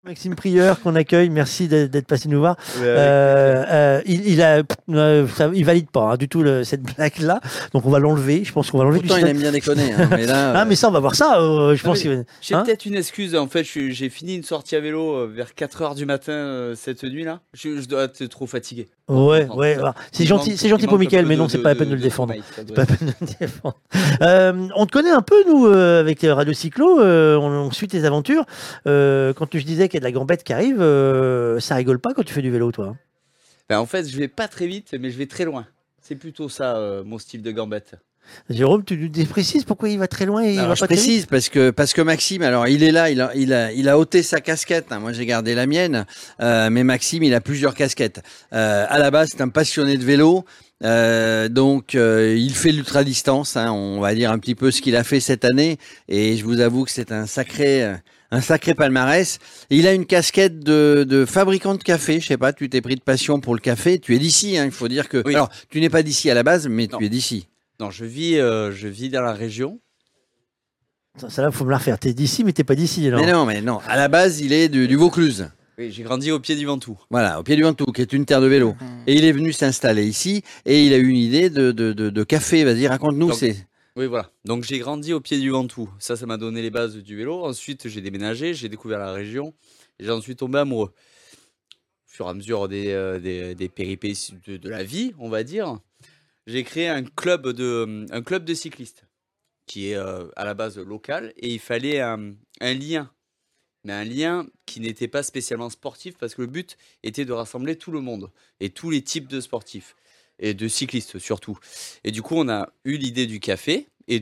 Maxime Prieur qu'on accueille, merci d'être passé nous voir. Ouais, avec plaisir. Il valide pas du tout cette blague-là, donc on va l'enlever. Je pense qu'on va l'enlever du Pourtant, il site. aime bien déconner, hein, mais là, Ah mais ça on va voir ça. Je Non, pense mais que j'ai hein peut-être une excuse. En fait, j'ai fini une sortie à vélo vers 4 heures du matin cette nuit-là. Je dois être trop fatigué. Ouais, Non, ouais. ça- Alors, c'est il gentil, manque- c'est il gentil pour manque un Mickaël, peu mais non, c'est pas la peine de le défendre. sommeil, ça C'est doit pas la être peine de le défendre. On te connaît un peu, nous, avec Radio Cyclo. On suit tes aventures. Quand je disais qu'il y a de la gambette qui arrive, ça rigole pas quand tu fais du vélo, toi. Ben, en fait, je vais pas très vite, mais je vais très loin. C'est plutôt ça, mon style de gambette. Jérôme, tu nous précises pourquoi il va très loin et il alors va je pas très vite. précise parce que Maxime, alors il est là, il a ôté sa casquette, hein. Moi j'ai gardé la mienne, mais Maxime il a plusieurs casquettes. À la base c'est un passionné de vélo. Donc il fait l'ultra distance, hein, on va dire un petit peu ce qu'il a fait cette année, et je vous avoue que c'est un sacré palmarès. Et il a une casquette de fabricant de café. Je sais pas, tu t'es pris de passion pour le café. Tu es d'ici, hein, il faut dire que. Oui. Alors tu n'es pas d'ici à la base, mais Non. tu es d'ici. Non, je vis dans la région. Ça là, faut me la refaire. T'es d'ici, mais t'es pas d'ici, alors. Mais non. À la base, il est du Vaucluse. Oui, j'ai grandi au pied du Ventoux. Voilà, au pied du Ventoux, qui est une terre de vélo. Et il est venu s'installer ici, et il a eu une idée de café. Vas-y, raconte-nous. Donc, C'est Oui, voilà. Donc j'ai grandi au pied du Ventoux. Ça m'a donné les bases du vélo. Ensuite, j'ai déménagé, j'ai découvert la région et j'en suis tombé amoureux. Au fur et à mesure des péripéties de la vie, on va dire, j'ai créé un club de cyclistes qui est à la base local et il fallait un lien. Mais un lien qui n'était pas spécialement sportif parce que le but était de rassembler tout le monde et tous les types de sportifs et de cyclistes surtout. Et du coup, on a eu l'idée du café et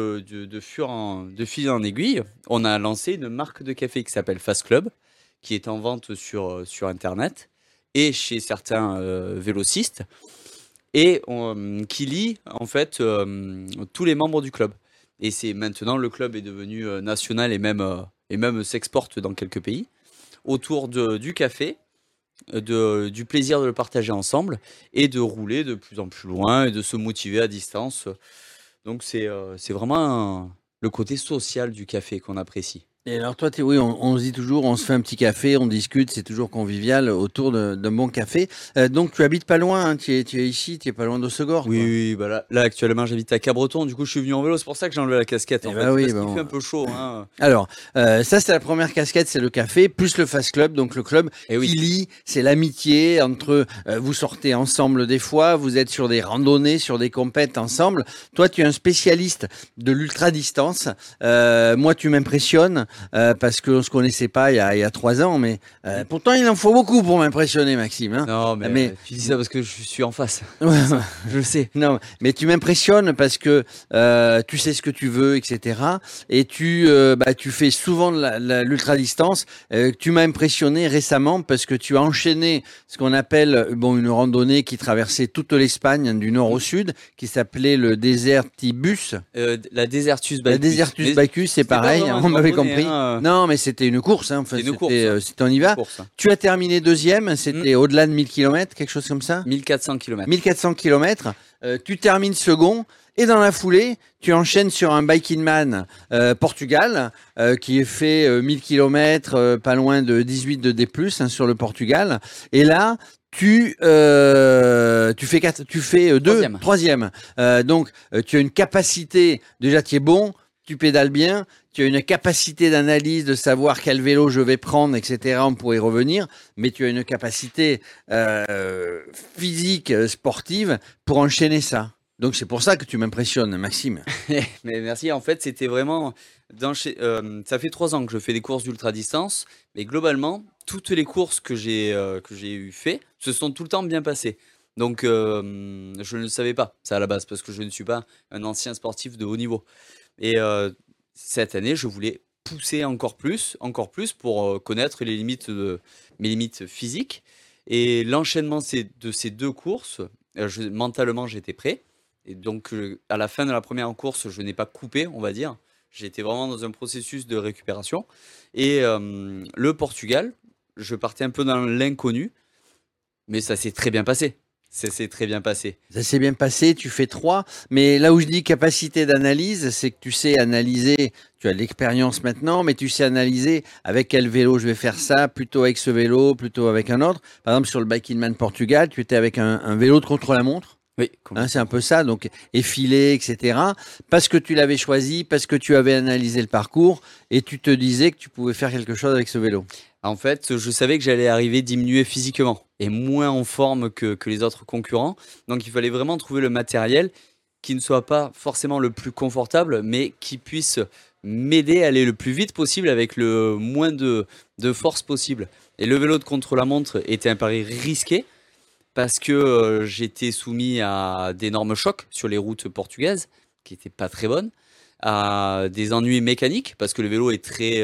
de fil en aiguille, on a lancé une marque de café qui s'appelle Fast Club, qui est en vente sur Internet et chez certains vélocistes et qui lie en fait tous les membres du club. Et c'est maintenant le club est devenu national et même s'exporte dans quelques pays autour du café, du plaisir de le partager ensemble et de rouler de plus en plus loin et de se motiver à distance. Donc c'est vraiment le côté social du café qu'on apprécie. Et alors toi, oui, on se dit toujours, on se fait un petit café, on discute, c'est toujours convivial autour d'un bon café. Donc tu habites pas loin, hein, tu es ici, tu es pas loin d'Hossegor. Oui, Quoi. oui, bah là actuellement j'habite à Cabreton, du coup je suis venu en vélo, c'est pour ça que j'ai enlevé la casquette en Eh fait, ben oui, parce qu'il bon. fait un peu chaud. Hein. Alors, ça c'est la première casquette, c'est le café, plus le Fast Club, donc le club Et oui. qui lie, c'est l'amitié entre, vous sortez ensemble des fois, vous êtes sur des randonnées, sur des compètes ensemble. Toi tu es un spécialiste de l'ultra-distance, moi tu m'impressionnes, parce qu'on se connaissait pas il y a 3 ans, mais pourtant il en faut beaucoup pour m'impressionner Maxime. Hein. Non mais tu dis ça parce que je suis en face, Ouais. je le sais. Non, mais tu m'impressionnes parce que tu sais ce que tu veux, etc. Et tu fais souvent de l'ultra distance. Tu m'as impressionné récemment parce que tu as enchaîné ce qu'on appelle une randonnée qui traversait toute l'Espagne du nord au sud, qui s'appelait le Desertibus. La Desertus Bacchus. La Desertus Mais Bacchus, c'est pas pareil, vraiment on une m'avait randonnée, compris. hein. Non, mais c'était une course. Hein. Enfin, C'est une course, hein. c'était on y va. Course, hein. Tu as terminé deuxième, c'était au-delà de 1000 km, quelque chose comme ça 1400 km. 1400 km, tu termines second et dans la foulée, tu enchaînes sur un Biking Man Portugal qui est fait 1000 km, pas loin de 18 de D+, hein, sur le Portugal. Et là, tu fais troisième. Donc, tu as une capacité, déjà tu es bon, tu pédales bien, tu as une capacité d'analyse, de savoir quel vélo je vais prendre, etc. On pourrait y revenir, mais tu as une capacité physique, sportive pour enchaîner ça. Donc c'est pour ça que tu m'impressionnes, Maxime. Mais merci. En fait, c'était vraiment ça fait 3 ans que je fais des courses d'ultra distance, mais globalement, toutes les courses que j'ai eu fait se sont tout le temps bien passées. Donc, je ne le savais pas ça à la base parce que je ne suis pas un ancien sportif de haut niveau. Et cette année, je voulais pousser encore plus pour connaître les limites mes limites physiques. Et l'enchaînement de ces deux courses, mentalement, j'étais prêt. Et donc, à la fin de la première course, je n'ai pas coupé, on va dire. J'étais vraiment dans un processus de récupération. Et le Portugal, je partais un peu dans l'inconnu, mais ça s'est très bien passé. Ça s'est très bien passé. Ça s'est bien passé, tu fais 3. Mais là où je dis capacité d'analyse, c'est que tu sais analyser, tu as de l'expérience maintenant, mais tu sais analyser avec quel vélo je vais faire ça, plutôt avec ce vélo, plutôt avec un autre. Par exemple, sur le Bike in Man Portugal, tu étais avec un vélo de contre-la-montre. Oui, Hein, c'est un peu ça, donc effilé, etc. Parce que tu l'avais choisi, parce que tu avais analysé le parcours et tu te disais que tu pouvais faire quelque chose avec ce vélo. en fait, je savais que j'allais arriver diminué physiquement et moins en forme que les autres concurrents. Donc, il fallait vraiment trouver le matériel qui ne soit pas forcément le plus confortable, mais qui puisse m'aider à aller le plus vite possible avec le moins de force possible. Et le vélo de contre-la-montre était un pari risqué parce que j'étais soumis à d'énormes chocs sur les routes portugaises qui n'étaient pas très bonnes, à des ennuis mécaniques parce que le vélo est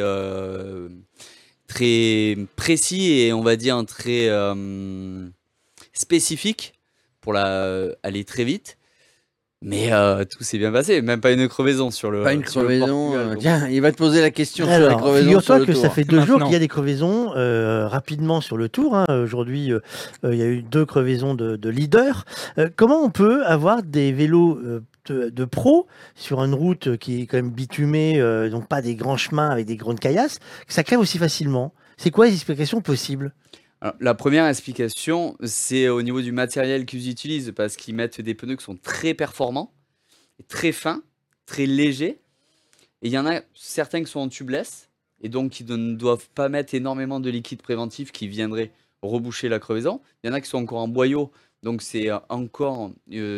très précis et on va dire très spécifique pour aller très vite. Mais tout s'est bien passé, même pas une crevaison sur le Pas une sur le crevaison. Portugal, donc. Tiens, il va te poser la question sur la Alors, crevaison. sur figure-toi le que ça tour. fait 2 jours Maintenant. qu'il y a des crevaisons rapidement sur le tour. Hein. Aujourd'hui, il y a eu 2 crevaisons de leader. Comment on peut avoir des vélos de pro sur une route qui est quand même bitumée, donc pas des grands chemins avec des grandes caillasses, que ça crève aussi facilement? C'est quoi les explications possibles? Alors, la première explication, c'est au niveau du matériel qu'ils utilisent, parce qu'ils mettent des pneus qui sont très performants, et très fins, très légers. Et il y en a certains qui sont en tubeless, et donc qui ne doivent pas mettre énormément de liquide préventif qui viendrait reboucher la crevaison. Il y en a qui sont encore en boyau, donc c'est encore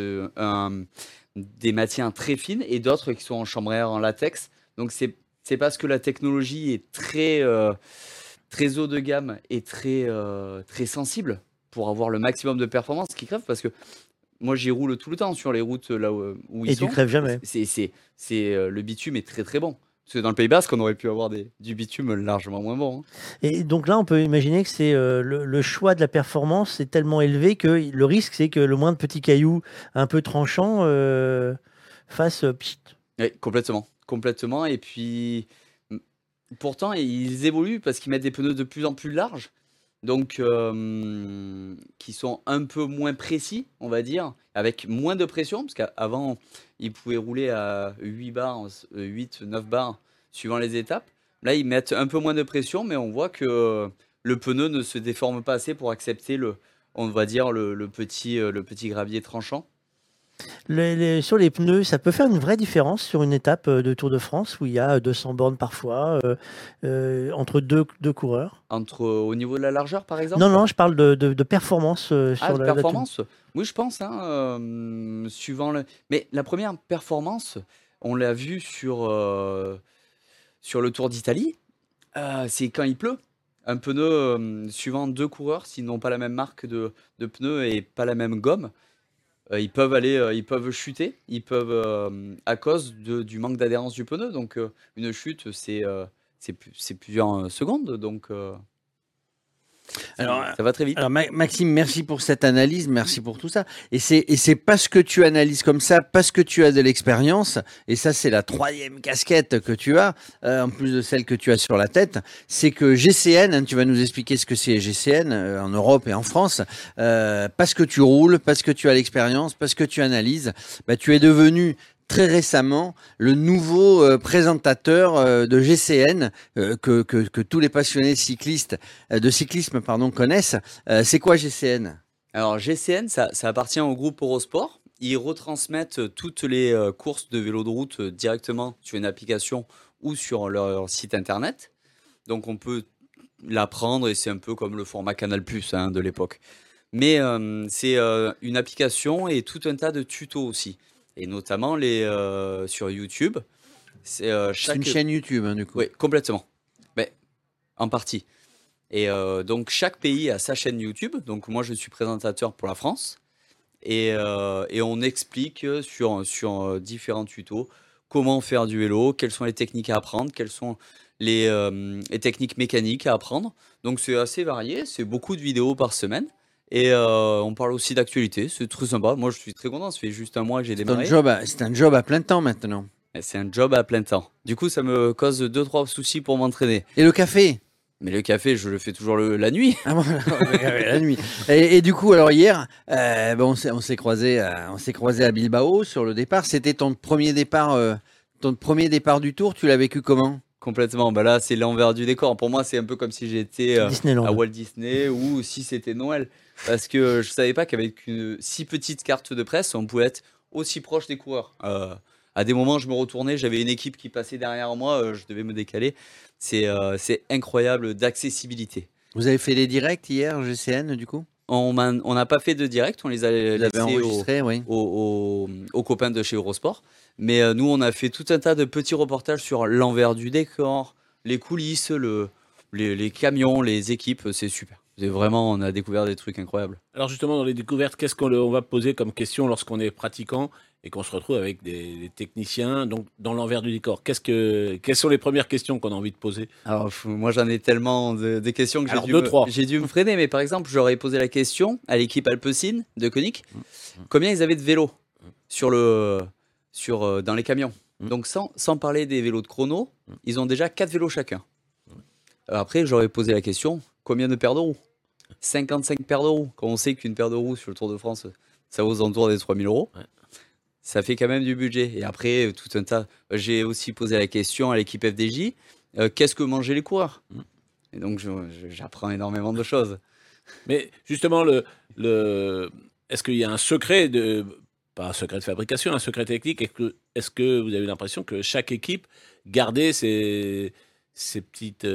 des matières très fines, et d'autres qui sont en chambre à air, en latex. Donc c'est parce que la technologie est très haut de gamme et très sensible pour avoir le maximum de performance qui crève parce que moi j'y roule tout le temps sur les routes là où ils Et sont. tu crèves jamais. Le bitume est très bon. Parce que dans le Pays Basque, on aurait pu avoir du bitume largement moins bon. Hein. Et donc là, on peut imaginer que c'est le choix de la performance est tellement élevé que le risque, c'est que le moindre petit caillou un peu tranchant fasse pchit. Oui, complètement. Et puis, pourtant, ils évoluent parce qu'ils mettent des pneus de plus en plus larges, donc qui sont un peu moins précis, on va dire, avec moins de pression, parce qu'avant, ils pouvaient rouler à 8 bars, 8, 9 bars, suivant les étapes. Là, ils mettent un peu moins de pression, mais on voit que le pneu ne se déforme pas assez pour accepter on va dire, le petit gravier tranchant. Sur les pneus, ça peut faire une vraie différence sur une étape de Tour de France où il y a 200 bornes parfois entre deux coureurs. Au niveau de la largeur, par exemple? Non, je parle de performance sur de la performance? Oui, je pense, hein, mais la première performance, on l'a vu sur le Tour d'Italie, c'est quand il pleut. Un pneu, suivant 2 coureurs, s'ils n'ont pas la même marque de pneus et pas la même gomme, ils peuvent chuter, à cause du manque d'adhérence du pneu. Donc, une chute, c'est plusieurs secondes. Donc, Alors, ça va très vite. Alors Maxime, merci pour cette analyse, merci pour tout ça. Et c'est parce que tu analyses comme ça, parce que tu as de l'expérience, et ça c'est la 3e casquette que tu as, en plus de celle que tu as sur la tête, c'est que GCN, hein, tu vas nous expliquer ce que c'est GCN en Europe et en France, parce que tu roules, parce que tu as l'expérience, parce que tu analyses, bah, tu es devenu très récemment le nouveau présentateur de GCN que tous les passionnés cyclistes de cyclisme connaissent. C'est quoi GCN? Alors GCN, ça appartient au groupe Eurosport. Ils retransmettent toutes les courses de vélo de route directement sur une application ou sur leur site internet. Donc on peut la prendre et c'est un peu comme le format Canal+, hein, de l'époque. Mais c'est une application et tout un tas de tutos aussi. Et notamment sur YouTube. C'est une chaîne YouTube, hein, du coup. Oui, complètement. Mais, en partie. Et donc, chaque pays a sa chaîne YouTube. Donc, moi, je suis présentateur pour la France. Et on explique sur différents tutos comment faire du vélo, quelles sont les techniques à apprendre, quelles sont les techniques mécaniques à apprendre. Donc, c'est assez varié. C'est beaucoup de vidéos par semaine. Et on parle aussi d'actualité, c'est très sympa. Moi, je suis très content. Ça fait juste un mois que j'ai démarré. C'est un job à plein temps maintenant. C'est un job à plein temps. Du coup, ça me cause 2-3 soucis pour m'entraîner. Et le café? Mais le café, je le fais toujours la nuit. Ah bon, la nuit. Et du coup, alors hier, on s'est croisé à Bilbao sur le départ. C'était ton premier départ du Tour. Tu l'as vécu comment? Complètement. Bah là, c'est l'envers du décor. Pour moi, c'est un peu comme si j'étais à Disneyland. Walt Disney ou si c'était Noël. Parce que je savais pas qu'avec une si petite carte de presse, on pouvait être aussi proche des coureurs. À des moments, je me retournais, j'avais une équipe qui passait derrière moi, je devais me décaler. C'est incroyable d'accessibilité. Vous avez fait les directs hier, GCN, du coup? On n'a pas fait de direct, on les a Vous l'avez laissés enregistré, oui. aux copains de chez Eurosport. Mais nous, on a fait tout un tas de petits reportages sur l'envers du décor, les coulisses, les camions, les équipes. C'est super. Vraiment, on a découvert des trucs incroyables. Alors justement, dans les découvertes, qu'est-ce qu'on va poser comme question lorsqu'on est pratiquant et qu'on se retrouve avec des techniciens donc dans l'envers du décor? Quelles sont les premières questions qu'on a envie de poser? Alors, moi, j'en ai tellement de questions que Alors, deux, trois. j'ai dû me freiner. Mais par exemple, j'aurais posé la question à l'équipe Alpecin de Koenig, combien ils avaient de vélos dans les camions. Donc, sans parler des vélos de chrono, ils ont déjà 4 vélos chacun. Après, j'aurais posé la question, combien de paires de roues? 55 paires de roues. Quand on sait qu'une paire de roues sur le Tour de France, ça vaut aux alentours des 3 000 euros. Ouais. Ça fait quand même du budget. Et après, tout un tas. J'ai aussi posé la question à l'équipe FDJ, qu'est-ce que mangeaient les coureurs? Et donc, j'apprends énormément de choses. Mais justement, est-ce qu'il y a un secret pas un secret de fabrication, un secret technique? Est-ce que vous avez l'impression que chaque équipe gardait ses petites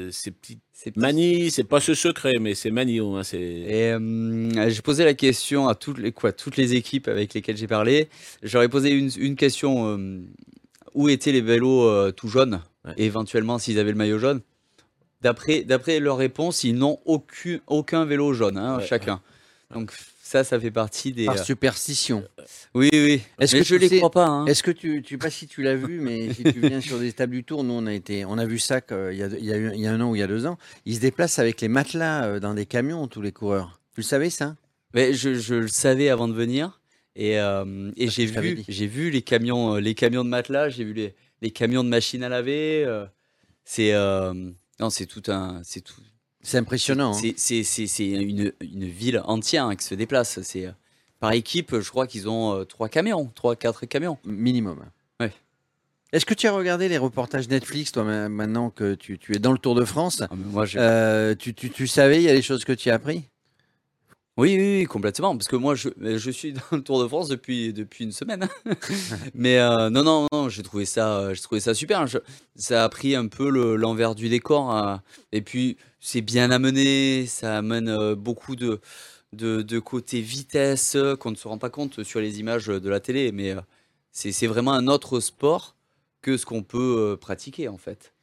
manies? C'est pas ce secret, mais c'est manies. Hein, Et j'ai posé la question à toutes les équipes avec lesquelles j'ai parlé. J'aurais posé une question, où étaient les vélos tout jaunes, Ouais. et éventuellement s'ils avaient le maillot jaune. D'après leur réponse, ils n'ont aucun vélo jaune, hein, Ouais, chacun. Donc ça fait partie des... Par superstition. Oui. Est-ce Mais que je tu les sais- crois pas. Hein. Est-ce que je sais pas si tu l'as vu, mais si tu viens sur des tables du Tour, nous on a vu ça il y a un an ou il y a 2 ans. Ils se déplacent avec les matelas dans des camions, tous les coureurs. Tu le savais ça? Mais je le savais avant de venir. Et je t'avais dit. j'ai vu les camions de matelas, j'ai vu les camions de machines à laver. Non, c'est tout. C'est impressionnant. Hein. C'est une ville entière, hein, qui se déplace. Par équipe, je crois qu'ils ont 4 camions. Minimum. Ouais. Est-ce que tu as regardé les reportages Netflix, toi, maintenant que tu es dans le Tour de France? Ah, mais moi, Tu savais, il y a des choses que tu as appris? oui, complètement. Parce que moi, je suis dans le Tour de France depuis une semaine. Mais non, j'ai trouvé ça super. Ça a pris un peu l'envers du décor. Et puis, c'est bien amené. Ça amène beaucoup de côté vitesse qu'on ne se rend pas compte sur les images de la télé. Mais c'est vraiment un autre sport que ce qu'on peut pratiquer, en fait.